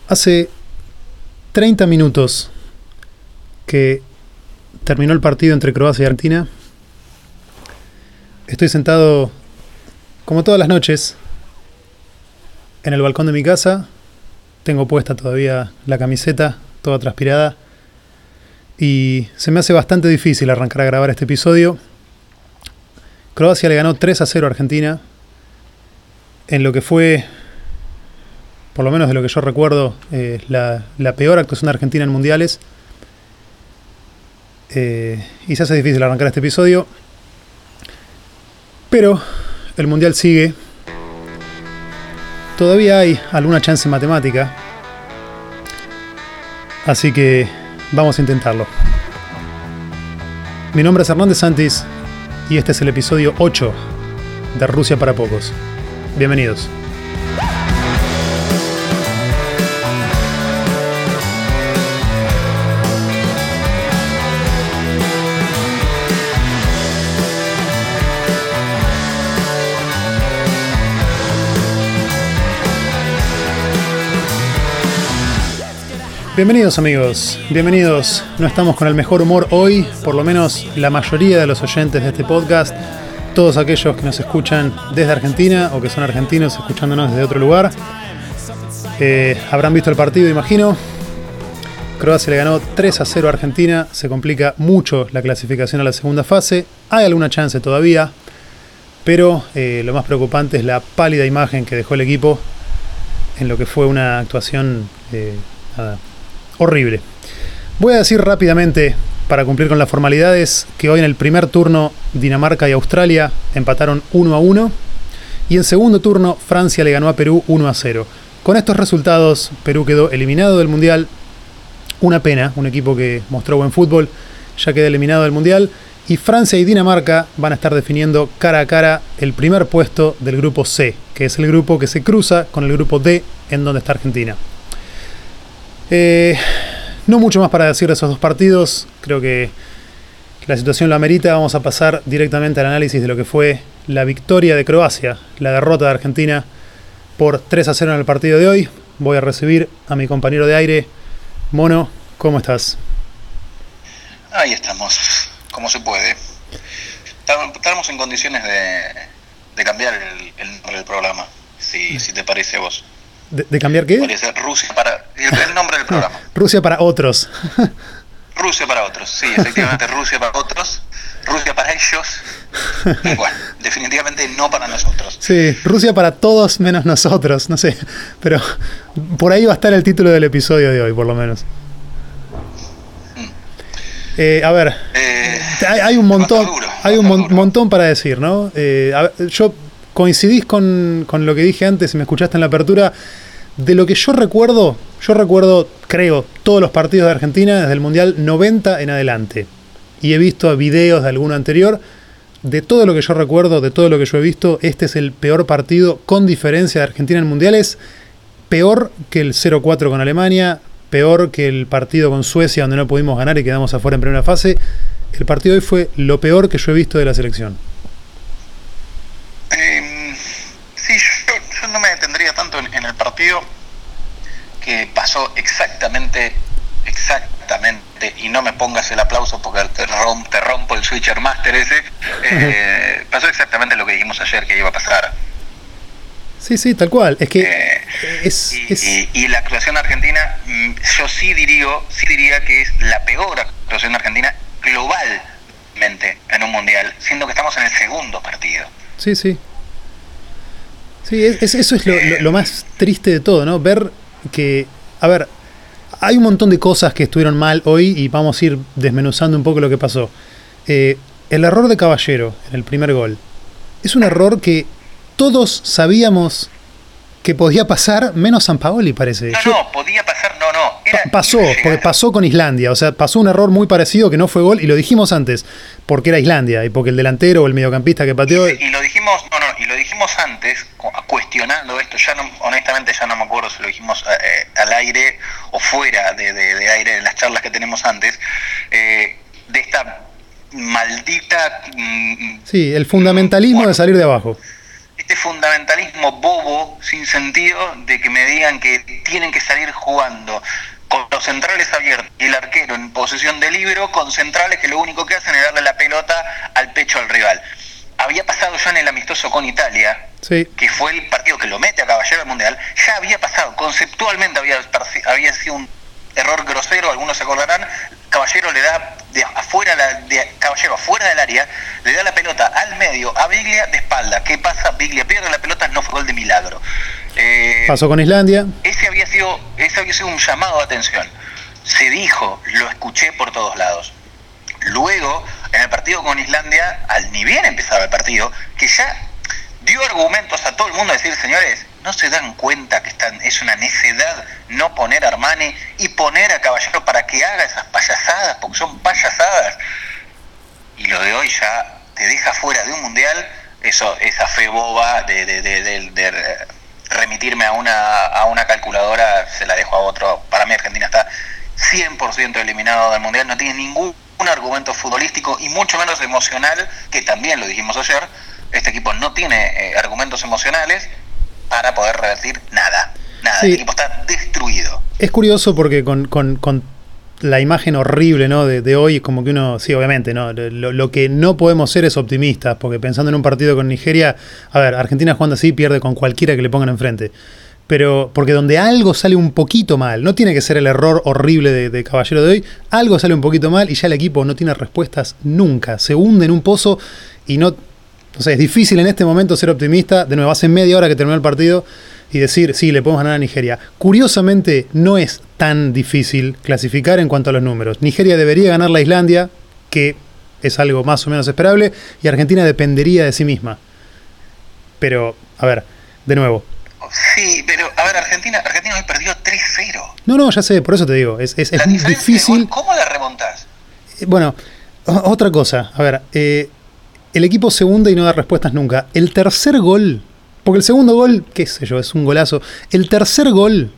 Hace 30 minutos que terminó el partido entre Croacia y Argentina. Estoy sentado, como todas las noches, en el balcón de mi casa. Tengo puesta todavía la camiseta, toda transpirada. Y se me hace bastante difícil arrancar a grabar este episodio. Croacia le ganó 3-0 a Argentina. En lo que fue, por lo menos de lo que yo recuerdo, la peor actuación de Argentina en mundiales. Y se hace difícil arrancar este episodio. Pero el mundial sigue. Todavía hay alguna chance matemática. Así que vamos a intentarlo. Mi nombre es Hernández Santis y este es el episodio 8 de Rusia para Pocos. Bienvenidos. Bienvenidos amigos, bienvenidos. No estamos con el mejor humor hoy, por lo menos la mayoría de los oyentes de este podcast, todos aquellos que nos escuchan desde Argentina o que son argentinos escuchándonos desde otro lugar, habrán visto el partido, imagino. Croacia le ganó 3-0 a Argentina, se complica mucho la clasificación a la segunda fase, hay alguna chance todavía, pero lo más preocupante es la pálida imagen que dejó el equipo en lo que fue una actuación horrible. Voy a decir rápidamente, para cumplir con las formalidades, que hoy en el primer turno Dinamarca y Australia empataron 1-1 y en segundo turno Francia le ganó a Perú 1-0. Con estos resultados Perú quedó eliminado del Mundial. Una pena, un equipo que mostró buen fútbol ya queda eliminado del Mundial, y Francia y Dinamarca van a estar definiendo cara a cara el primer puesto del grupo C, que es el grupo que se cruza con el grupo D, en donde está Argentina. No mucho más para decir de esos dos partidos. Creo que la situación lo amerita. Vamos a pasar directamente al análisis de lo que fue la victoria de Croacia, la derrota de Argentina por 3-0 en el partido de hoy. Voy a recibir a mi compañero de aire, Mono. ¿Cómo estás? Ahí estamos, como se puede. Estamos en condiciones de cambiar el nombre del programa, si te parece a vos. ¿De cambiar qué? Parece Rusia para... El nombre del programa. Rusia para otros. Rusia para otros, sí, efectivamente, Rusia para otros. Rusia para ellos. Y bueno, definitivamente no para nosotros. Sí, Rusia para todos menos nosotros, no sé. Pero por ahí va a estar el título del episodio de hoy, por lo menos. A ver, hay un montón para decir, ¿no? Yo... Coincidís con lo que dije antes, si me escuchaste en la apertura. De lo que yo recuerdo, creo, todos los partidos de Argentina desde el Mundial 90 en adelante. Y he visto videos de alguno anterior. De todo lo que yo recuerdo, de todo lo que yo he visto, este es el peor partido con diferencia de Argentina en mundiales. Peor que el 0-4 con Alemania, peor que el partido con Suecia donde no pudimos ganar y quedamos afuera en primera fase. El partido de hoy fue lo peor que yo he visto de la selección. Sí, yo no me detendría tanto en el partido, que pasó exactamente, y no me pongas el aplauso porque te rompo el Switcher Master ese. Pasó exactamente lo que dijimos ayer que iba a pasar. Sí, tal cual. Es que y la actuación argentina, yo sí diría que es la peor actuación argentina globalmente en un mundial, siendo que estamos en el segundo partido. Sí, eso es lo más triste de todo, ¿no? Ver que, a ver, hay un montón de cosas que estuvieron mal hoy y vamos a ir desmenuzando un poco lo que pasó. El error de Caballero en el primer gol es un error que todos sabíamos que podía pasar, menos Sampaoli, parece. Podía pasar, no. Porque pasó con Islandia, o sea, pasó un error muy parecido que no fue gol, y lo dijimos antes, porque era Islandia, y porque el delantero o el mediocampista que pateó... Y lo dijimos antes, cuestionando esto, honestamente ya no me acuerdo si lo dijimos al aire o fuera de aire en las charlas que tenemos antes, de esta maldita... Sí, el fundamentalismo de salir de abajo. este fundamentalismo bobo, sin sentido, de que me digan que tienen que salir jugando con los centrales abiertos y el arquero en posición de líbero, con centrales que lo único que hacen es darle la pelota al pecho al rival. Había pasado ya en el amistoso con Italia, sí, que fue el partido que lo mete a Caballero al Mundial, ya había pasado, conceptualmente había sido un error grosero, algunos se acordarán. Caballero le da Caballero afuera del área, le da la pelota al medio a Biglia de espalda. ¿Qué pasa? Biglia pierde la pelota, no fue gol de milagro. Pasó con Islandia. Ese había sido un llamado de atención. Se dijo, lo escuché por todos lados. Luego, en el partido con Islandia, ni bien empezaba el partido, que ya dio argumentos a todo el mundo a decir, señores, ¿no se dan cuenta que es una necedad no poner a Armani y poner a Caballero para que haga esas payasadas? Porque son payasadas. Y lo de hoy ya te deja fuera de un mundial, esa fe boba de remitirme a una calculadora, se la dejo a otro. Para mí Argentina está 100% eliminado del mundial, no tiene ningún argumento futbolístico y mucho menos emocional, que también lo dijimos ayer. Este equipo no tiene argumentos emocionales para poder revertir nada. Sí. El equipo está destruido. Es curioso porque con la imagen horrible, ¿no? de hoy, como que uno, sí, obviamente, ¿no? Lo que no podemos ser es optimistas, porque pensando en un partido con Nigeria, a ver, Argentina jugando así pierde con cualquiera que le pongan enfrente. Pero porque donde algo sale un poquito mal, no tiene que ser el error horrible de Caballero de hoy, algo sale un poquito mal y ya el equipo no tiene respuestas nunca. Se hunde en un pozo y no... O sea, es difícil en este momento ser optimista. De nuevo, hace media hora que terminó el partido y decir, sí, le podemos ganar a Nigeria. Curiosamente, no es tan difícil clasificar en cuanto a los números. Nigeria debería ganar la Islandia, que es algo más o menos esperable, y Argentina dependería de sí misma. Pero, a ver, de nuevo. Sí, pero, a ver, Argentina hoy perdió 3-0. No, ya sé, por eso te digo, es muy difícil. ¿Cómo la remontás? Bueno, otra cosa, a ver, el equipo se hunde y no da respuestas nunca. El tercer gol, porque el segundo gol, qué sé yo, es un golazo. El tercer gol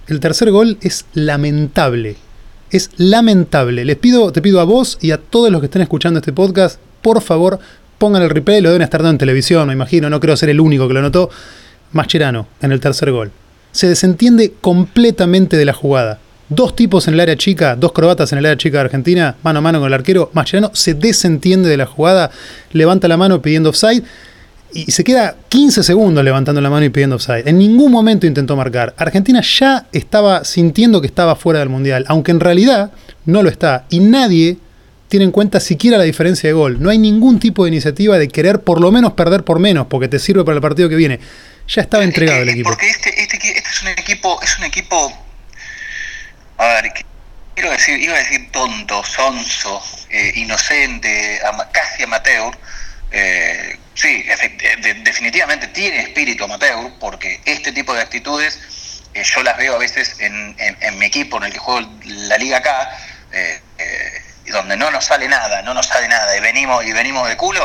es lamentable. Es lamentable. Te pido a vos y a todos los que estén escuchando este podcast, por favor, pongan el replay. Lo deben estar dando en televisión, me imagino. No creo ser el único que lo notó. Mascherano, en el tercer gol. Se desentiende completamente de la jugada. Dos tipos en el área chica, dos croatas en el área chica de Argentina, mano a mano con el arquero. Mascherano se desentiende de la jugada, levanta la mano pidiendo offside y se queda 15 segundos levantando la mano y pidiendo offside. En ningún momento intentó marcar. Argentina ya estaba sintiendo que estaba fuera del Mundial, aunque en realidad no lo está. Y nadie tiene en cuenta siquiera la diferencia de gol. No hay ningún tipo de iniciativa de querer por lo menos perder por menos, porque te sirve para el partido que viene. Ya estaba entregado el equipo. Porque este es un equipo... A ver, iba a decir tonto, sonso, inocente, casi amateur. Sí, definitivamente tiene espíritu amateur, porque este tipo de actitudes yo las veo a veces en mi equipo, en el que juego la Liga acá, donde no nos sale nada, y venimos de culo,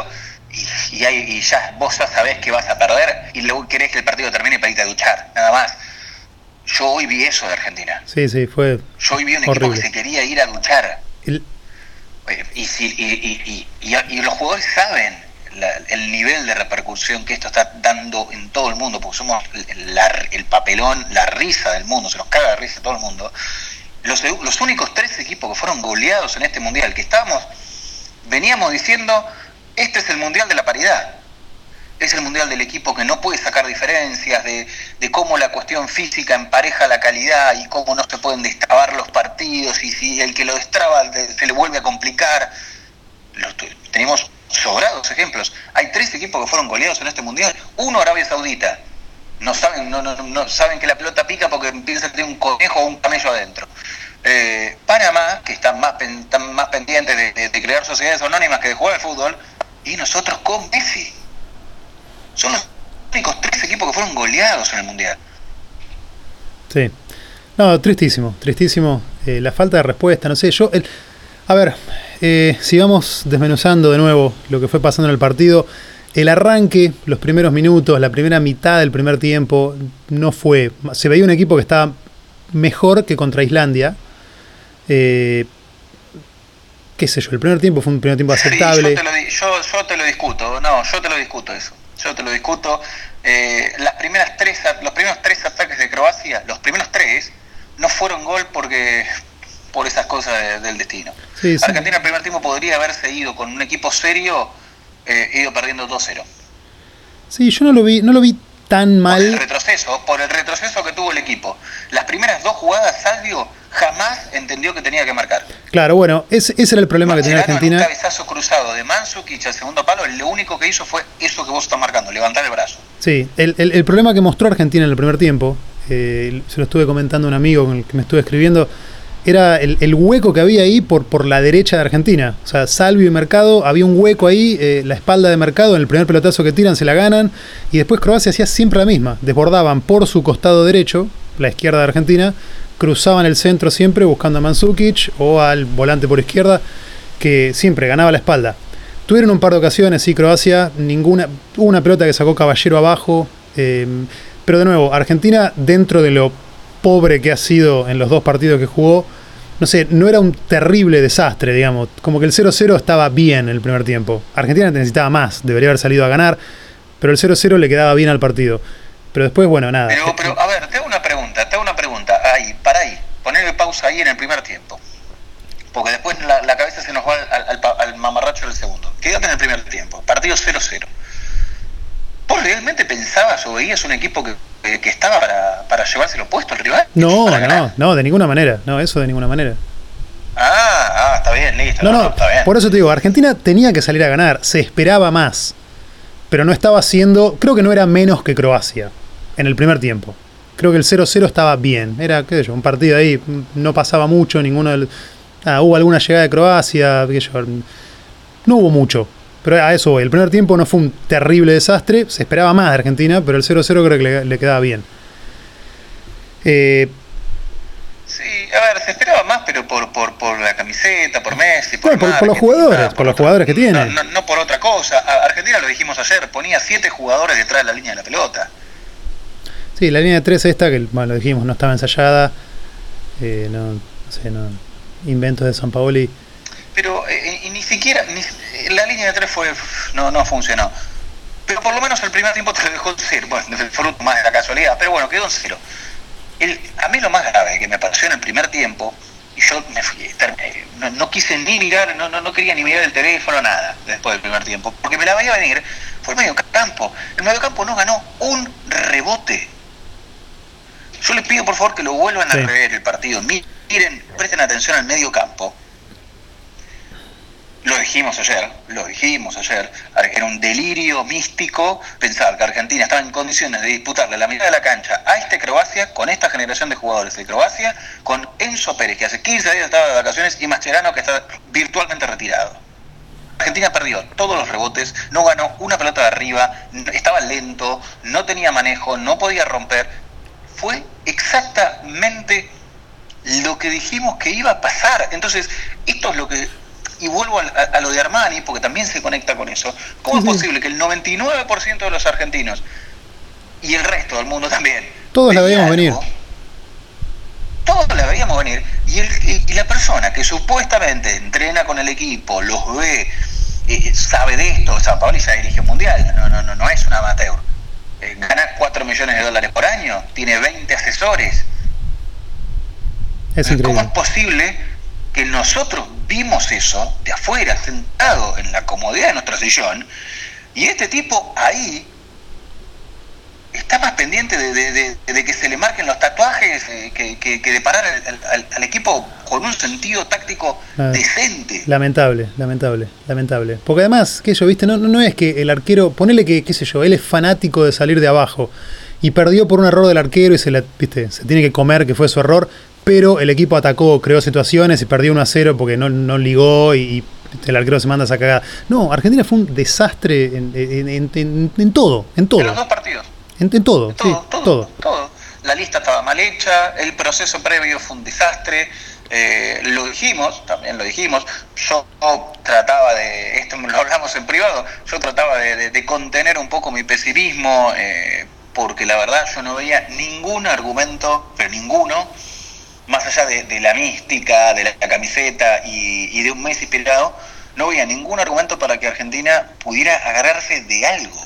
y ya vos ya sabés que vas a perder, y luego querés que el partido termine para irte a duchar, nada más. Yo hoy vi eso de Argentina. Sí, fue Yo hoy vi un horrible. Equipo que se quería ir a duchar. Y los jugadores saben el nivel de repercusión que esto está dando en todo el mundo, porque somos el papelón, la risa del mundo, se nos caga de risa todo el mundo. Los únicos 3 equipos que fueron goleados en este mundial, que veníamos diciendo, este es el mundial de la paridad. Es el mundial del equipo que no puede sacar diferencias, de cómo la cuestión física empareja la calidad y cómo no se pueden destrabar los partidos, y si el que lo destraba se le vuelve a complicar. Tenemos sobrados ejemplos. Hay 3 equipos que fueron goleados en este mundial. Uno, Arabia Saudita. No saben que la pelota pica porque piensan que tiene un conejo o un camello adentro. Panamá, que están más pendientes de crear sociedades anónimas que de jugar al fútbol. Y nosotros con Messi. Son los únicos 3 equipos que fueron goleados en el Mundial. Sí. No, tristísimo. La falta de respuesta, no sé, a ver, sigamos desmenuzando de nuevo lo que fue pasando en el partido. El arranque, los primeros minutos, la primera mitad del primer tiempo, no fue... Se veía un equipo que estaba mejor que contra Islandia. Qué sé yo, el primer tiempo fue un primer tiempo aceptable. Sí, yo te lo discuto, yo te lo discuto eso. yo te lo discuto. Los primeros tres ataques de Croacia, los primeros tres, no fueron gol por esas cosas del destino. Sí. Argentina en el primer tiempo podría haberse ido con un equipo serio, ido perdiendo 2-0. Sí, yo no lo vi tan mal. Por el retroceso que tuvo el equipo. Las primeras dos jugadas, Salvio jamás entendió que tenía que marcar. Claro, bueno, ese era el problema que tenía Argentina. Un cabezazo cruzado de Mandzukic al segundo palo, lo único que hizo fue eso que vos estás marcando, levantar el brazo. Sí, el problema que mostró Argentina en el primer tiempo, se lo estuve comentando a un amigo con el que me estuve escribiendo, era el hueco que había ahí por la derecha de Argentina. O sea, Salvio y Mercado, había un hueco ahí, la espalda de Mercado, en el primer pelotazo que tiran se la ganan, y después Croacia hacía siempre la misma, desbordaban por su costado derecho, la izquierda de Argentina, cruzaban el centro siempre buscando a Mandzukic o al volante por izquierda, que siempre ganaba la espalda. Tuvieron un par de ocasiones, sí, Croacia, hubo una pelota que sacó Caballero abajo, pero de nuevo, Argentina, dentro de lo pobre que ha sido en los dos partidos que jugó, no sé, no era un terrible desastre, digamos, como que el 0-0 estaba bien en el primer tiempo. Argentina necesitaba más, debería haber salido a ganar, pero el 0-0 le quedaba bien al partido. Pero después, bueno, nada. Pero a ver, te hago una pregunta, para ahí, ponerle pausa ahí en el primer tiempo, porque después la cabeza se nos va al mamarracho del segundo. Quédate en el primer tiempo, partido 0-0. ¿Vos realmente pensabas o veías un equipo que estaba para llevarse lo puesto al rival? No, de ninguna manera. No, eso de ninguna manera. Está bien, listo. No, está bien. Por eso te digo, Argentina tenía que salir a ganar, se esperaba más, pero no estaba haciendo, creo que no era menos que Croacia en el primer tiempo. Creo que el 0-0 estaba bien, era, qué sé yo, un partido ahí, no pasaba mucho, hubo alguna llegada de Croacia, qué sé yo, no hubo mucho. Pero a eso voy. El primer tiempo no fue un terrible desastre. Se esperaba más de Argentina, pero el 0-0 creo que le quedaba bien. Sí, a ver, se esperaba más, pero por la camiseta, por Messi, por los jugadores, por los jugadores que tiene. No por otra cosa. Argentina, lo dijimos ayer, ponía 7 jugadores detrás de la línea de la pelota. Sí, la línea de 3 esta, que lo dijimos, no estaba ensayada. No sé, inventos de Sampaoli. Pero ni siquiera la línea de 3 no funcionó. Pero por lo menos el primer tiempo te lo dejó en 0. Bueno, fruto más de la casualidad, pero bueno, quedó en 0. A mí lo más grave que me pareció en el primer tiempo, y yo me fui, no quise ni mirar, no quería ni mirar el teléfono, nada, después del primer tiempo, porque me la veía venir, fue el mediocampo. El mediocampo no ganó un rebote. Yo les pido por favor que lo vuelvan a rever el partido. Miren, presten atención al mediocampo. Lo dijimos ayer, era un delirio místico pensar que Argentina estaba en condiciones de disputarle la mitad de la cancha a Croacia, con esta generación de jugadores de Croacia, con Enzo Pérez, que hace 15 días estaba de vacaciones, y Mascherano, que está virtualmente retirado. Argentina perdió todos los rebotes, no ganó una pelota de arriba, estaba lento, no tenía manejo, no podía romper. Fue exactamente lo que dijimos que iba a pasar. Entonces, esto es lo que... Y vuelvo a lo de Armani, porque también se conecta con eso. ¿Cómo es posible que el 99% de los argentinos, y el resto del mundo también, todos la veíamos venir? Todos la veíamos venir. Y la persona que supuestamente entrena con el equipo, los ve, sabe de esto, Sampaoli ya dirige mundial, no es un amateur. Gana $4 millones por año, tiene 20 asesores. Es increíble. ¿Cómo es posible que nosotros vimos eso de afuera, sentado en la comodidad de nuestro sillón, y este tipo ahí está más pendiente de que se le marquen los tatuajes que de parar al equipo con un sentido táctico decente? Lamentable. Porque además, que yo, viste, no es que el arquero, ponele que, qué sé yo, él es fanático de salir de abajo y perdió por un error del arquero y se tiene que comer que fue su error, pero el equipo atacó, creó situaciones y perdió 1-0 porque no ligó y el arquero se manda esa cagada. No, Argentina fue un desastre en todo. En los dos partidos. En todo. La lista estaba mal hecha, el proceso previo fue un desastre. También lo dijimos. Yo trataba esto lo hablamos en privado, yo trataba de contener un poco mi pesimismo, porque la verdad yo no veía ningún argumento, pero ninguno, más allá de la mística, de la camiseta y de un Messi inspirado, no veía ningún argumento para que Argentina pudiera agarrarse de algo.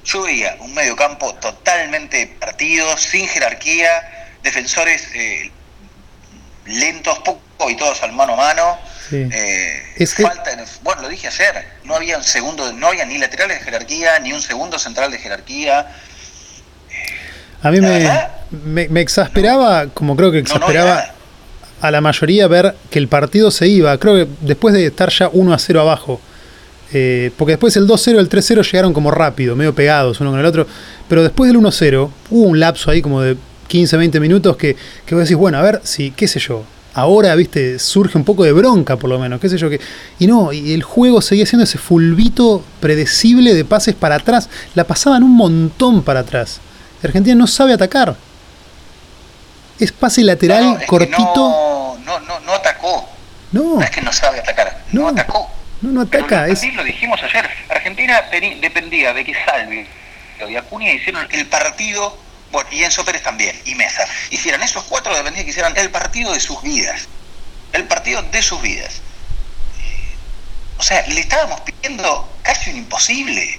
yo veía un mediocampo totalmente partido, sin jerarquía, defensores lentos, poco y todos al mano a mano. Sí. Bueno, lo dije ayer, no había ni laterales de jerarquía, ni un segundo central de jerarquía. A mí me exasperaba, como creo que exasperaba a la mayoría, ver que el partido se iba, creo que después de estar ya 1-0 abajo, porque después el 2-0 y el 3-0 llegaron como rápido, medio pegados uno con el otro, pero después del 1-0 hubo un lapso ahí como de 15-20 minutos que vos decís, bueno, a ver si, qué sé yo, ahora, viste, surge un poco de bronca por lo menos, qué sé yo, y el juego seguía siendo ese fulbito predecible de pases para atrás, la pasaban un montón para atrás. Argentina no sabe atacar. Es pase lateral cortito. No atacó. No es que no sabe atacar. No atacó. No ataca. Lo dijimos ayer. Argentina dependía de que Salvi y Acuña hicieron el partido. Bueno, y Enzo Pérez también. Y Mesa. Hicieran esos cuatro, dependía que hicieran el partido de sus vidas. El partido de sus vidas. O sea, le estábamos pidiendo casi un imposible.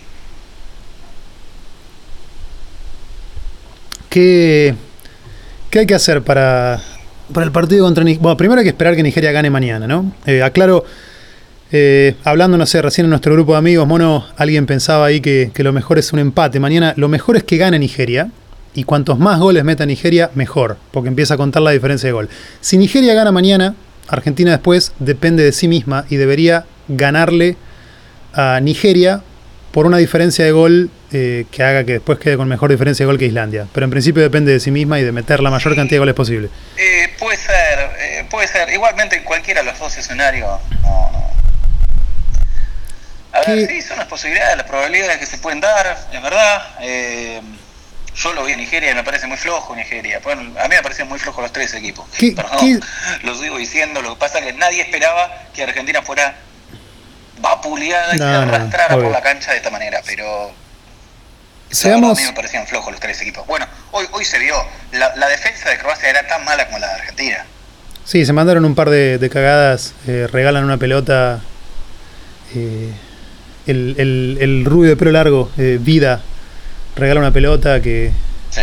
¿Qué hay que hacer para el partido contra Nigeria? Bueno, primero hay que esperar que Nigeria gane mañana, ¿no? Aclaro, hablando, no sé, recién en nuestro grupo de amigos, Mono, alguien pensaba ahí que lo mejor es un empate. Mañana lo mejor es que gane Nigeria, y cuantos más goles meta Nigeria, mejor, porque empieza a contar la diferencia de gol. Si Nigeria gana mañana, Argentina después depende de sí misma y debería ganarle a Nigeria por una diferencia de gol que haga que después quede con mejor diferencia de gol que Islandia. Pero en principio depende de sí misma y de meter la mayor cantidad de goles posible. Puede ser. Igualmente en cualquiera de los dos escenarios. No. A ver, sí, son las posibilidades, las probabilidades que se pueden dar, es verdad. Yo lo vi en Nigeria y me parece muy flojo Nigeria. Bueno, a mí me parecen muy flojos los tres equipos. Perdón, lo sigo diciendo. Lo que pasa es que nadie esperaba que Argentina fuera vapuleada y se arrastrara por la cancha de esta manera, pero a mí me parecían flojos los tres equipos. Bueno, hoy se vio, la defensa de Croacia era tan mala como la de Argentina. Sí, se mandaron un par de cagadas, regalan una pelota, el rubio de pelo largo, Vida, regala una pelota que... Sí.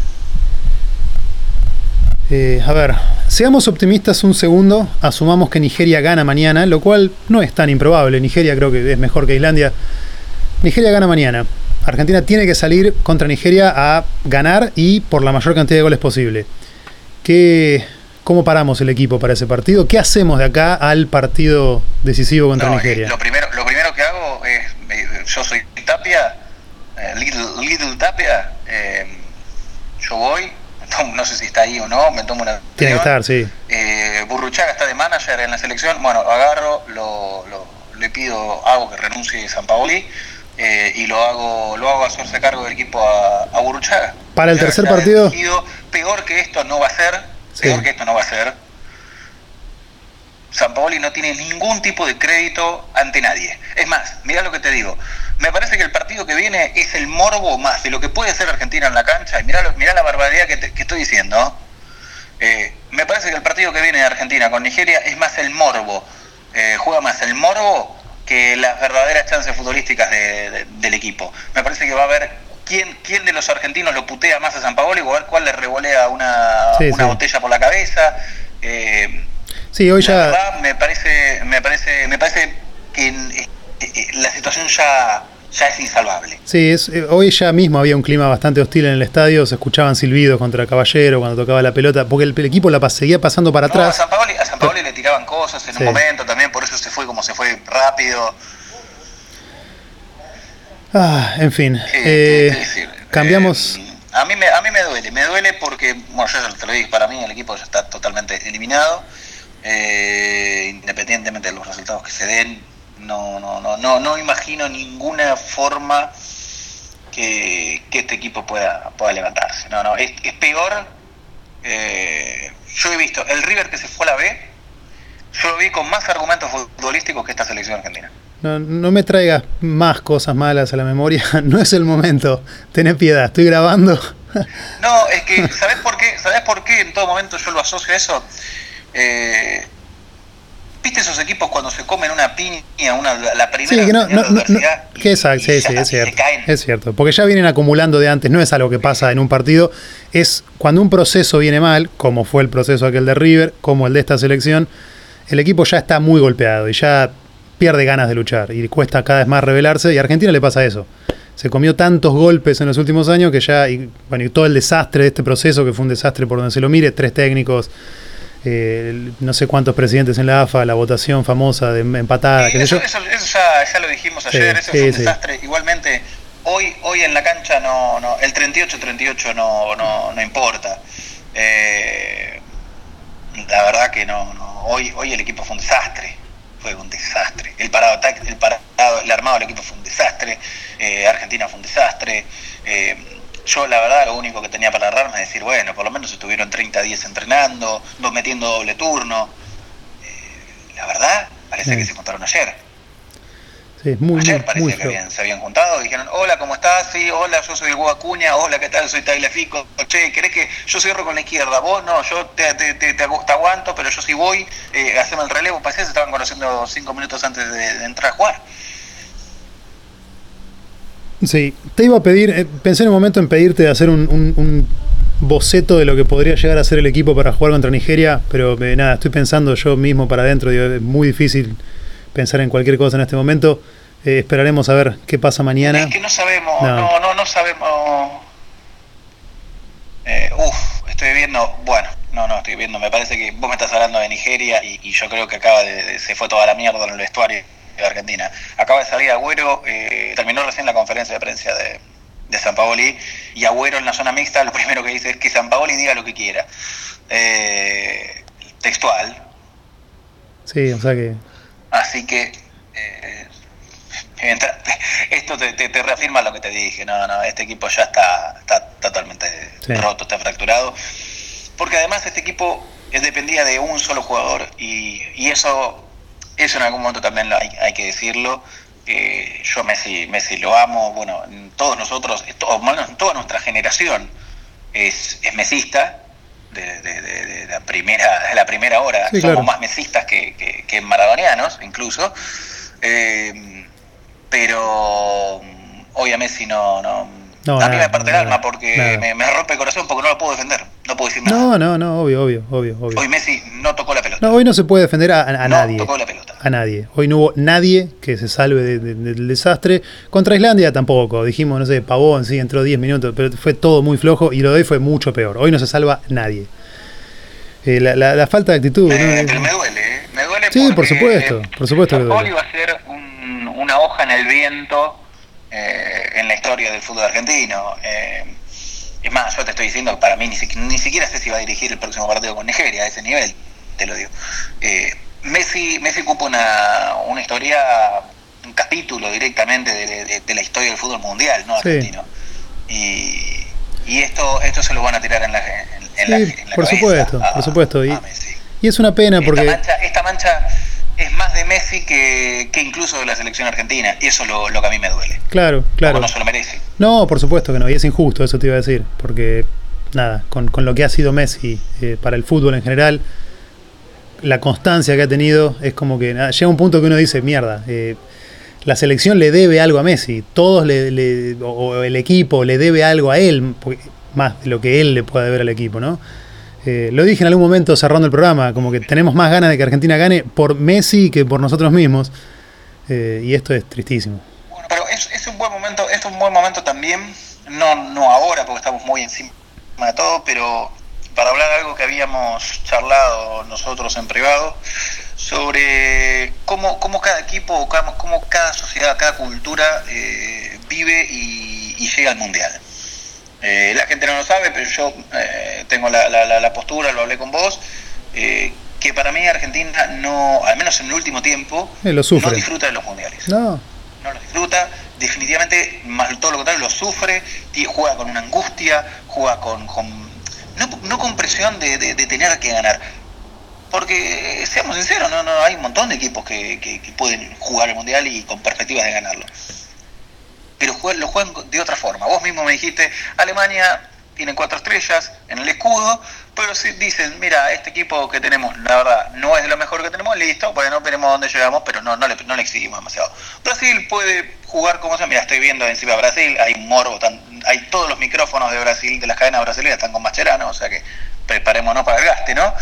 A ver, seamos optimistas un segundo, asumamos que Nigeria gana mañana, lo cual no es tan improbable. Nigeria creo que es mejor que Islandia. Nigeria gana mañana. Argentina tiene que salir contra Nigeria a ganar y por la mayor cantidad de goles posible. ¿Cómo paramos el equipo para ese partido? ¿Qué hacemos de acá al partido decisivo contra Nigeria? Lo primero que hago es, yo soy Tapia, Little Tapia, yo voy, no sé si está ahí o no, me tomo una... Tiene que estar, sí. Burruchaga está de manager en la selección, bueno, agarro, le pido, hago que renuncie Sampaoli, y lo hago hacerse cargo del equipo a Burruchaga. Para el tercer partido... Peor que esto no va a ser. Sampaoli no tiene ningún tipo de crédito ante nadie. Es más, mirá lo que te digo. Me parece que el partido que viene es el morbo más de lo que puede ser Argentina en la cancha. Y mirá la barbaridad que estoy diciendo. Me parece que el partido que viene de Argentina con Nigeria es más el morbo. Juega más el morbo que las verdaderas chances futbolísticas del equipo. Me parece que va a haber quién de los argentinos lo putea más a Sampaoli, o a ver cuál le revolea una botella por la cabeza. Sí, hoy ya... La verdad, me parece que la situación ya es insalvable. Sí, hoy ya mismo había un clima bastante hostil en el estadio, se escuchaban silbidos contra Caballero cuando tocaba la pelota, porque el equipo seguía pasando para atrás. A Sampaoli le tiraban cosas en un momento también, por eso se fue como se fue rápido. En fin, cambiamos... A mí me duele porque, bueno, yo ya te lo dije, para mí el equipo ya está totalmente eliminado, independientemente de los resultados que se den. No imagino ninguna forma que este equipo pueda levantarse. Es peor. Yo he visto el River que se fue a la B, yo lo vi con más argumentos futbolísticos que esta selección argentina. No me traigas más cosas malas a la memoria, no es el momento, tenés piedad, estoy grabando. No, es que, ¿sabés por qué en todo momento yo lo asocio a eso? ¿Viste esos equipos cuando se comen una piña, la primera sí, que no, adversidad? Que exacto, sí, es cierto. Se caen. Es cierto, porque ya vienen acumulando de antes, no es algo que pasa en un partido, es cuando un proceso viene mal, como fue el proceso aquel de River, como el de esta selección, el equipo ya está muy golpeado y ya pierde ganas de luchar y cuesta cada vez más rebelarse, y a Argentina le pasa eso. Se comió tantos golpes en los últimos años que ya, y todo el desastre de este proceso, que fue un desastre por donde se lo mire, 3 técnicos, no sé cuántos presidentes en la AFA, la votación famosa de empatada. Eso ya lo dijimos ayer, eso es un desastre. Igualmente, hoy en la cancha el 38-38 no importa. La verdad que hoy el equipo fue un desastre. Fue un desastre. El armado del equipo fue un desastre. Argentina fue un desastre. Yo la verdad lo único que tenía para agarrarme es decir, bueno, por lo menos estuvieron 30 días entrenando, metiendo doble turno. La verdad, parece que se juntaron ayer. Sí, ayer parecía que se habían juntado y dijeron, hola, ¿cómo estás? Sí, hola, yo soy el Hugo Acuña, hola, ¿qué tal? Soy Tagliafico. Che, ¿querés que yo cierro con la izquierda? Vos no, yo te aguanto, pero yo sí voy, hacemos el relevo. Parece que se estaban conociendo 5 minutos antes de entrar a jugar. Sí, te iba a pedir, pensé en un momento en pedirte de hacer un boceto de lo que podría llegar a ser el equipo para jugar contra Nigeria, pero nada, estoy pensando yo mismo para adentro, es muy difícil pensar en cualquier cosa en este momento. Esperaremos a ver qué pasa mañana. Es que no sabemos, no sabemos. Estoy viendo, estoy viendo, me parece que vos me estás hablando de Nigeria y yo creo que se fue toda la mierda en el vestuario de Argentina. Acaba de salir Agüero, terminó recién la conferencia de prensa de Sampaoli, y Agüero en la zona mixta lo primero que dice es que Sampaoli diga lo que quiera. Textual. Sí, o sea que... Así que esto te reafirma lo que te dije. Este equipo ya está totalmente roto, está fracturado, porque además este equipo dependía de un solo jugador y eso en algún momento también hay que decirlo. Yo Messi lo amo, bueno, todos nosotros, toda nuestra generación es mesista. De la primera hora, sí, somos más mesistas que maradonianos incluso, pero hoy a Messi a mí me parte el alma porque me rompe el corazón porque no lo puedo defender, no puedo decir nada. No, obvio. Hoy Messi no tocó la pelota. No, hoy no se puede defender a nadie. No tocó la pelota. A nadie. Hoy no hubo nadie que se salve del desastre. Contra Islandia tampoco. Dijimos, no sé, Pavón, sí, entró 10 minutos, pero fue todo muy flojo y lo de hoy fue mucho peor. Hoy no se salva nadie. La falta de actitud. Pero me duele sí, por supuesto que duele. Hoy va a ser una hoja en el viento en la historia del fútbol argentino. Es más, yo te estoy diciendo que para mí ni siquiera sé si va a dirigir el próximo partido con Nigeria, a ese nivel, te lo digo. Messi ocupa una historia, un capítulo directamente de la historia del fútbol mundial, ¿no? Argentino. Sí. Y esto se lo van a tirar en la por cabeza. Por supuesto. Y es una pena porque... Esta mancha es más de Messi que incluso de la selección argentina. Y eso es lo que a mí me duele. Claro. Porque no se lo merece. No, por supuesto que no. Y es injusto, eso te iba a decir. Porque, nada, con lo que ha sido Messi para el fútbol en general, la constancia que ha tenido, es como que llega un punto que uno dice, mierda, la selección le debe algo a Messi. Todos o el equipo le debe algo a él, más de lo que él le puede deber al equipo, ¿no? Lo dije en algún momento cerrando el programa, como que tenemos más ganas de que Argentina gane por Messi que por nosotros mismos, y esto es tristísimo. Bueno, pero es un buen momento también, no ahora porque estamos muy encima de todo, pero para hablar de algo que habíamos charlado nosotros en privado sobre cómo cada equipo, cómo cada sociedad, cada cultura vive y llega al mundial. La gente no lo sabe, pero yo tengo la postura, lo hablé con vos, que para mí Argentina no, al menos en el último tiempo, no disfruta de los mundiales. No los disfruta, definitivamente, más todo lo contrario, lo sufre, juega con una angustia, juega no con presión de tener que ganar. Porque, seamos sinceros, no hay un montón de equipos que pueden jugar el mundial y con perspectivas de ganarlo. Pero lo juegan de otra forma. Vos mismo me dijiste, Alemania tiene 4 estrellas en el escudo, pero si dicen, mira, este equipo que tenemos, la verdad, no es de lo mejor que tenemos, listo, bueno, veremos dónde llegamos, pero no le exigimos demasiado. Brasil puede jugar como sea, mira, estoy viendo encima de Brasil, hay morbo, hay todos los micrófonos de Brasil, de las cadenas brasileñas están con Mascherano, o sea que preparémonos para el gaste, ¿no?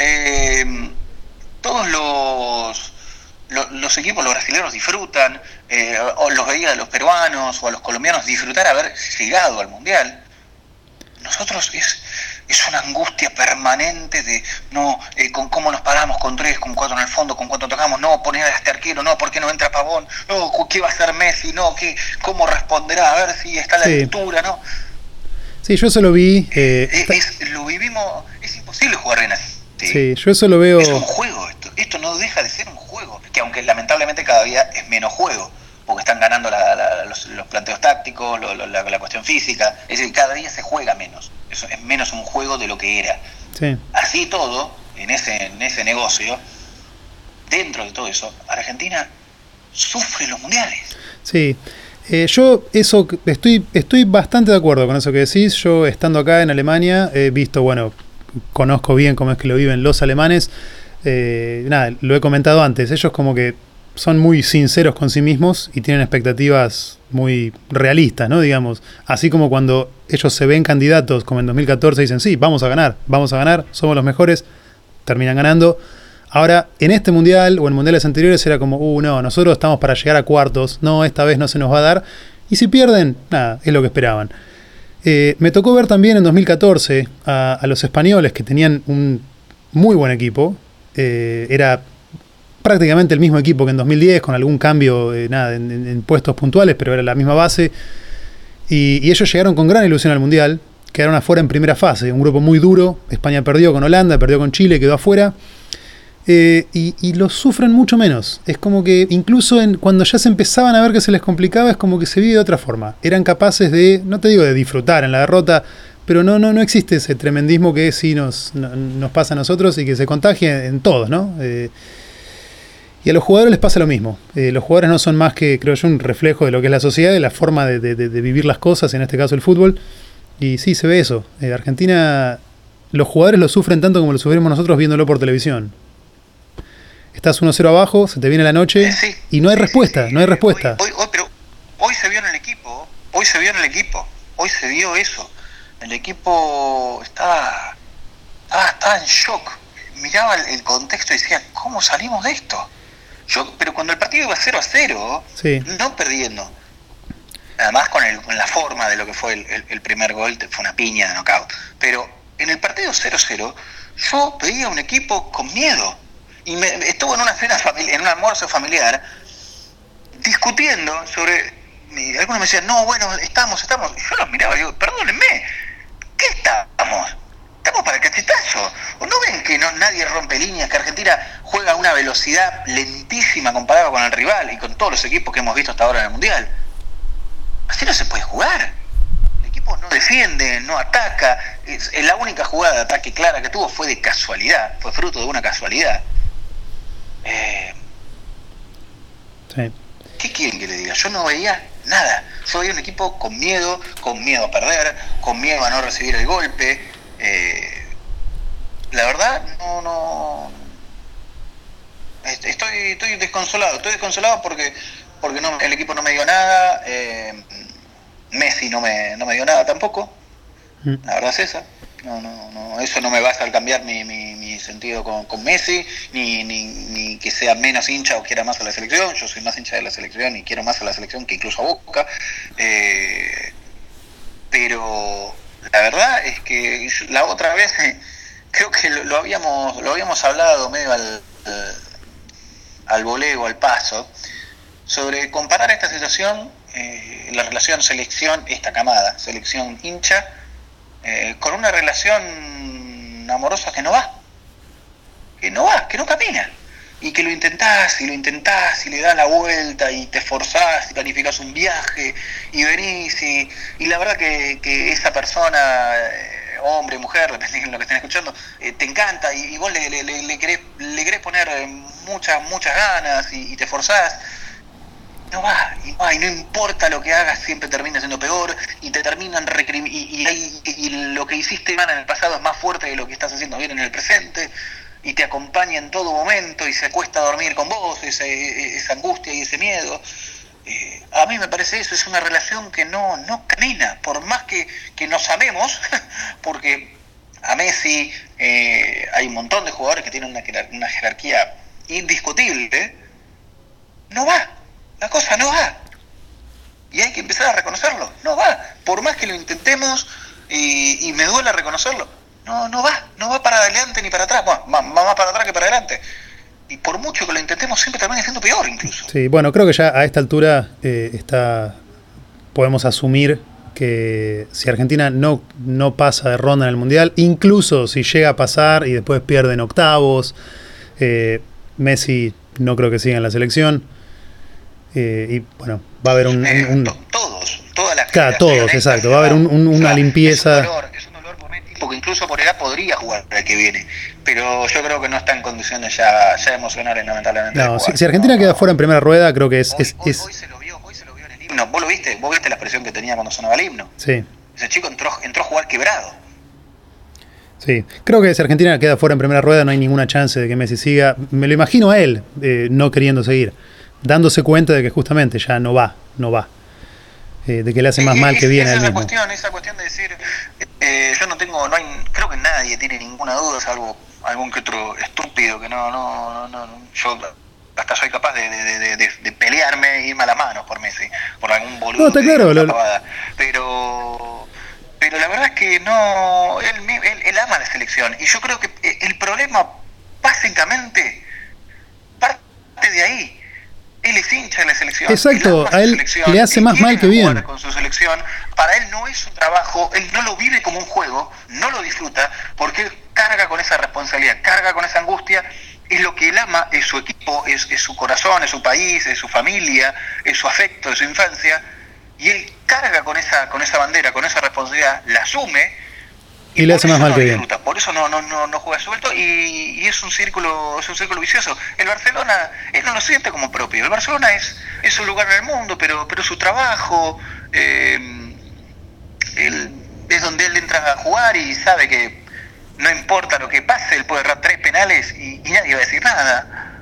Todos los equipos, los brasileños disfrutan, o los veía a los peruanos o a los colombianos disfrutar haber llegado al Mundial. Nosotros es una angustia permanente de no, con cómo nos paramos con 3, con 4 en el fondo, con 4 tocamos, no, poner a este arquero, no, ¿por qué no entra Pavón? No, ¿qué va a hacer Messi? No, ¿cómo responderá? A ver si está a la altura, ¿no? Sí, yo eso lo vi. Lo vivimos, es imposible jugar bien así. Sí, yo eso lo veo. Es un juego, esto no deja de ser un juego, que aunque lamentablemente cada día es menos juego, porque están ganando los planteos tácticos, la cuestión física, es decir, cada día se juega menos, eso es menos un juego de lo que era. Sí. Así todo, en ese negocio, dentro de todo eso, Argentina sufre los mundiales. Sí. Yo eso estoy bastante de acuerdo con eso que decís. Yo estando acá en Alemania he visto, bueno, conozco bien cómo es que lo viven los alemanes. Nada, lo he comentado antes. Ellos como que son muy sinceros con sí mismos y tienen expectativas muy realistas, ¿no? Digamos, así como cuando ellos se ven candidatos, como en 2014, dicen, sí, vamos a ganar, somos los mejores, terminan ganando. Ahora, en este mundial o en mundiales anteriores era como, no, nosotros estamos para llegar a cuartos, no, esta vez no se nos va a dar. Y si pierden, nada, es lo que esperaban. Me tocó ver también en 2014 a los españoles que tenían un muy buen equipo. Era prácticamente el mismo equipo que en 2010, con algún cambio en puestos puntuales, pero era la misma base. Y ellos llegaron con gran ilusión al mundial, quedaron afuera en primera fase, un grupo muy duro. España perdió con Holanda, perdió con Chile, quedó afuera. Y lo sufren mucho menos. Es como que incluso cuando ya se empezaban a ver que se les complicaba, es como que se vive de otra forma. Eran capaces de, no te digo de disfrutar en la derrota, pero no existe ese tremendismo que sí nos pasa a nosotros y que se contagia en todos, ¿no? Y a los jugadores les pasa lo mismo. Los jugadores no son más que, creo yo, un reflejo de lo que es la sociedad, de la forma de vivir las cosas, en este caso el fútbol. Y sí, se ve eso. Argentina, los jugadores lo sufren tanto como lo sufrimos nosotros viéndolo por televisión. Estás 1-0 abajo, se te viene la noche y no hay respuesta, no hay respuesta. Pero hoy se vio en el equipo, hoy se vio eso. El equipo estaba en shock. Miraba el contexto y decía, ¿cómo salimos de esto? Pero cuando el partido iba 0-0, sí, no perdiendo, además con la forma de lo que fue el primer gol, fue una piña de knockout, pero en el partido 0-0 yo veía un equipo con miedo. Y estuvo en una cena en un almuerzo familiar discutiendo sobre, algunos me decían, no, bueno, estamos, y yo los miraba y digo, perdónenme, ¿qué estamos? Estamos para el cachetazo. ¿O no ven que nadie rompe líneas, que Argentina juega a una velocidad lentísima comparada con el rival y con todos los equipos que hemos visto hasta ahora en el Mundial? Así no se puede jugar. El equipo no defiende, no ataca. La única jugada de ataque clara que tuvo fue de casualidad, fue fruto de una casualidad. Sí. ¿Qué quieren que le diga? Yo no veía nada. Yo veía un equipo con miedo a perder, con miedo a no recibir el golpe. La verdad, no. Estoy desconsolado. Estoy desconsolado porque no, el equipo no me dio nada. Messi no me dio nada tampoco. La verdad es esa. No, eso no me va a hacer cambiar mi sentido con Messi, ni que sea menos hincha o quiera más a la selección. Yo soy más hincha de la selección y quiero más a la selección que incluso a Boca. Pero la verdad es que la otra vez creo que lo habíamos hablado medio al voleo, al paso, sobre comparar esta situación, la relación selección, esta camada, selección hincha, con una relación amorosa que no camina, y que lo intentás y le das la vuelta y te esforzás y planificás un viaje y venís y la verdad que esa persona, hombre, mujer, dependiendo de lo que estén escuchando, te encanta y vos le querés poner muchas ganas y te esforzás, no va, y no importa lo que hagas, siempre termina siendo peor, y te terminan y lo que hiciste mal en el pasado es más fuerte de lo que estás haciendo bien en el presente, y te acompaña en todo momento, y se cuesta dormir con vos, esa angustia y ese miedo. A mí me parece eso, es una relación que no camina, por más que nos amemos, porque a Messi hay un montón de jugadores que tienen una jerarquía indiscutible, no va, la cosa no va, y hay que empezar a reconocerlo, no va, por más que lo intentemos y me duele reconocerlo, no va para adelante ni para atrás, bueno, más para atrás que para adelante. Y por mucho que lo intentemos, siempre termina siendo peor incluso. Sí, bueno, creo que ya a esta altura podemos asumir que si Argentina no pasa de ronda en el Mundial, incluso si llega a pasar y después pierde en octavos, Messi no creo que siga en la selección. Y bueno, va a haber todas las claro, todos, exacto, va a haber una limpieza. Es un dolor por Messi, porque incluso por edad podría jugar el que viene, pero yo creo que no está en condiciones ya emocionales, lamentablemente. No, si Argentina queda fuera en primera rueda, creo que hoy se lo vio en el himno. ¿Vos lo viste? ¿Vos viste la expresión que tenía cuando sonaba el himno? Sí. Ese chico entró a jugar quebrado. Sí, creo que si Argentina queda fuera en primera rueda no hay ninguna chance de que Messi siga. Me lo imagino a él no queriendo seguir, dándose cuenta de que justamente ya no va. De que le hace más mal que bien a él mismo. Esa cuestión de decir, creo que nadie tiene ninguna duda, salvo algún que otro estúpido que yo hasta soy capaz de pelearme e irme a las manos por Messi, por algún boludo. No, está claro. Pero la verdad es que no, él ama la selección, y yo creo que el problema básicamente parte de ahí. Él es hincha de la selección. Exacto, a él le hace más mal que bien. Con su selección, para él no es un trabajo, él no lo vive como un juego, no lo disfruta, porque él carga con esa responsabilidad, carga con esa angustia, y lo que él ama es su equipo, es su corazón, es su país, es su familia, es su afecto, es su infancia, y él carga con esa bandera, con esa responsabilidad, la asume, y le hace más mal que bien. Por eso no juega suelto, y es un círculo vicioso. El Barcelona, él no lo siente como propio. El Barcelona es un lugar en el mundo, pero su trabajo, es donde él entra a jugar y sabe que no importa lo que pase, él puede errar 3 penales y nadie va a decir nada.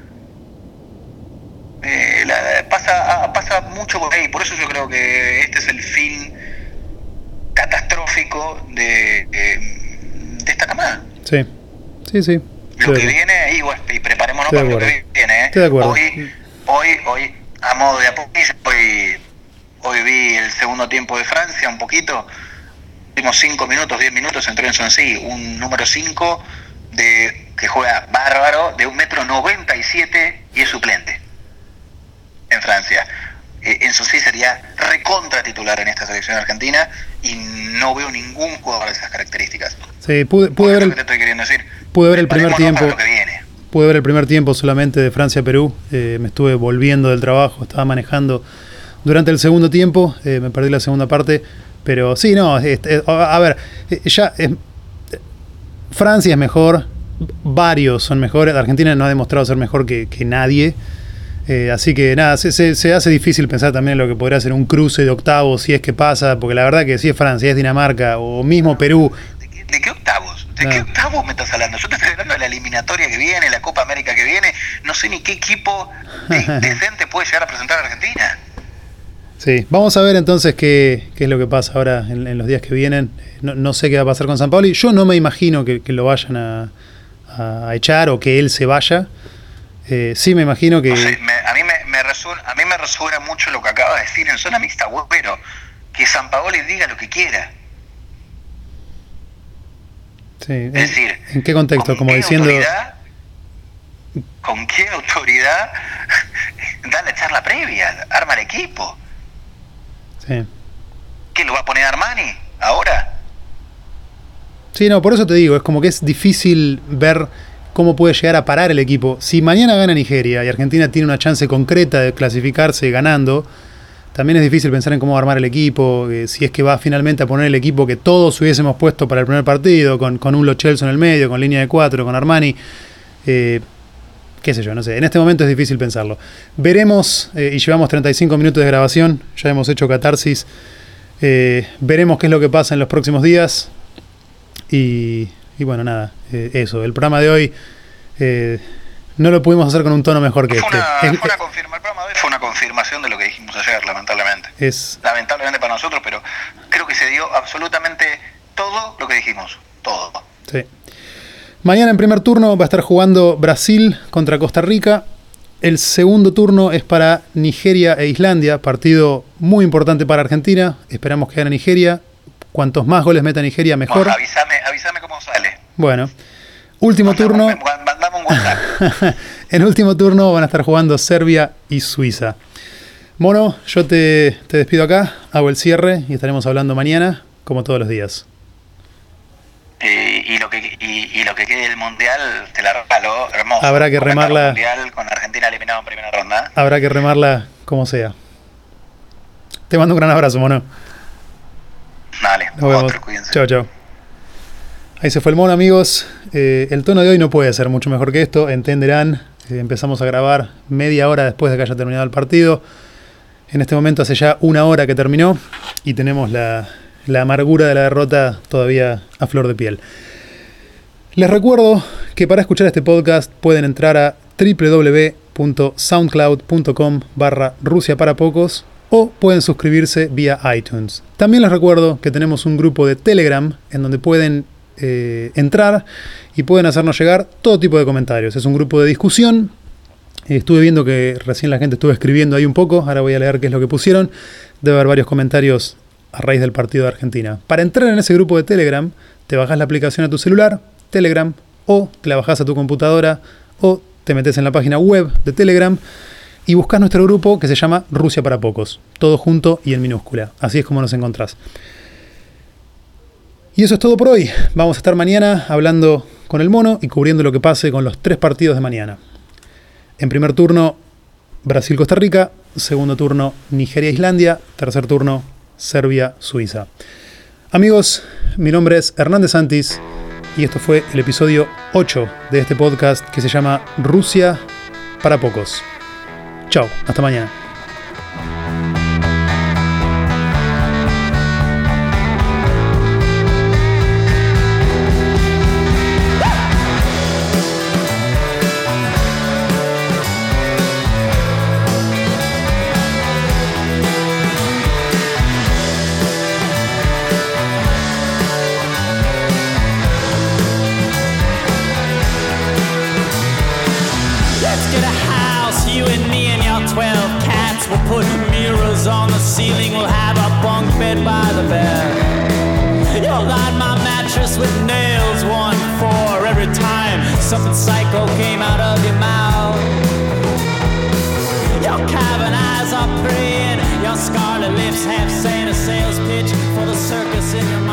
Pasa mucho por ahí, por eso yo creo que este es el fin catastrófico de esta camada. Sí. Lo que viene, y preparémonos para lo que viene. Estoy de acuerdo. Hoy a modo de apoyo, hoy vi el segundo tiempo de Francia un poquito. Vimos 5 minutos, 10 minutos, entró en Sonsi, un número 5 que juega bárbaro, de 1,97 m y es suplente en Francia. Enzo sí sería recontra titular en esta selección argentina, y no veo ningún jugador de esas características. Sí, pude ver el primer tiempo. Pude ver el primer tiempo solamente de Francia-Perú. Me estuve volviendo del trabajo, estaba manejando durante el segundo tiempo, me perdí la segunda parte, pero sí, no, a ver, Francia es mejor, varios son mejores, Argentina no ha demostrado ser mejor que nadie. Así que nada, se hace difícil pensar también en lo que podría ser un cruce de octavos, si es que pasa, porque la verdad que si es Francia, es Dinamarca o mismo Perú. ¿De qué octavos? ¿De qué octavos me estás hablando? Yo te estoy hablando de la eliminatoria que viene, la Copa América que viene. No sé ni qué equipo decente puede llegar a presentar a Argentina. Sí, vamos a ver entonces qué es lo que pasa ahora en los días que vienen. No sé qué va a pasar con Sampaoli. Yo no me imagino que lo vayan a echar o que él se vaya. Sí, me imagino que... No sé, a mí me resuena mucho lo que acaba de decir en zona mixta, pero que Sampaoli diga lo que quiera. Sí, es decir, ¿en qué contexto? Como diciendo... ¿Con qué autoridad da la charla previa? Arma el equipo. Sí. ¿Qué, lo va a poner Armani ahora? Sí, no, por eso te digo, es como que es difícil ver cómo puede llegar a parar el equipo. Si mañana gana Nigeria y Argentina tiene una chance concreta de clasificarse ganando, también es difícil pensar en cómo armar el equipo, si es que va finalmente a poner el equipo que todos hubiésemos puesto para el primer partido, con un Lo Celso en el medio, con línea de 4, con Armani. qué sé yo, no sé. En este momento es difícil pensarlo. Veremos, y llevamos 35 minutos de grabación, ya hemos hecho catarsis. Veremos qué es lo que pasa en los próximos días. Y bueno, nada, eso. El programa de hoy no lo pudimos hacer con un tono mejor que este. El programa de hoy fue una confirmación de lo que dijimos ayer, lamentablemente. Lamentablemente para nosotros, pero creo que se dio absolutamente todo lo que dijimos. Todo. Sí. Mañana en primer turno va a estar jugando Brasil contra Costa Rica. El segundo turno es para Nigeria e Islandia, partido muy importante para Argentina. Esperamos que gane Nigeria. Cuantos más goles meta Nigeria, mejor. Bueno, avísame cómo sale. Bueno, último turno. Mandame un WhatsApp. En último turno van a estar jugando Serbia y Suiza. Mono, yo te despido acá, hago el cierre y estaremos hablando mañana, como todos los días. Y lo que quede del Mundial, te la regalo, hermoso. Habrá que remarla. Mundial con Argentina eliminado en primera ronda. Habrá que remarla como sea. Te mando un gran abrazo, Mono. Dale, nos vemos. Cuídense. Chao. Ahí se fue el Mono, amigos. El tono de hoy no puede ser mucho mejor que esto, entenderán. Empezamos a grabar media hora después de que haya terminado el partido. En este momento hace ya una hora que terminó y tenemos la amargura de la derrota todavía a flor de piel. Les recuerdo que para escuchar este podcast pueden entrar a www.soundcloud.com/Rusia para pocos o pueden suscribirse vía iTunes. También les recuerdo que tenemos un grupo de Telegram en donde pueden entrar y pueden hacernos llegar todo tipo de comentarios. Es un grupo de discusión. Estuve viendo que recién la gente estuvo escribiendo ahí un poco. Ahora voy a leer qué es lo que pusieron. Debe haber varios comentarios a raíz del partido de Argentina. Para entrar en ese grupo de Telegram, te bajás la aplicación a tu celular, Telegram, o te la bajás a tu computadora, o te metes en la página web de Telegram y buscas nuestro grupo que se llama Rusia para Pocos. Todo junto y en minúscula. Así es como nos encontrás. Y eso es todo por hoy. Vamos a estar mañana hablando con el Mono y cubriendo lo que pase con los 3 partidos de mañana. En primer turno, Brasil-Costa Rica. Segundo turno, Nigeria-Islandia. Tercer turno, Serbia-Suiza. Amigos, mi nombre es Hernández Santis y esto fue el episodio 8 de este podcast que se llama Rusia para Pocos. Chao, hasta mañana. Put mirrors on the ceiling, we'll have a bunk bed by the bed. You'll line my mattress with nails, 1 for every time something psycho came out of your mouth. Your cavern eyes are praying, your scarlet lips half saying a sales pitch for the circus in your mouth.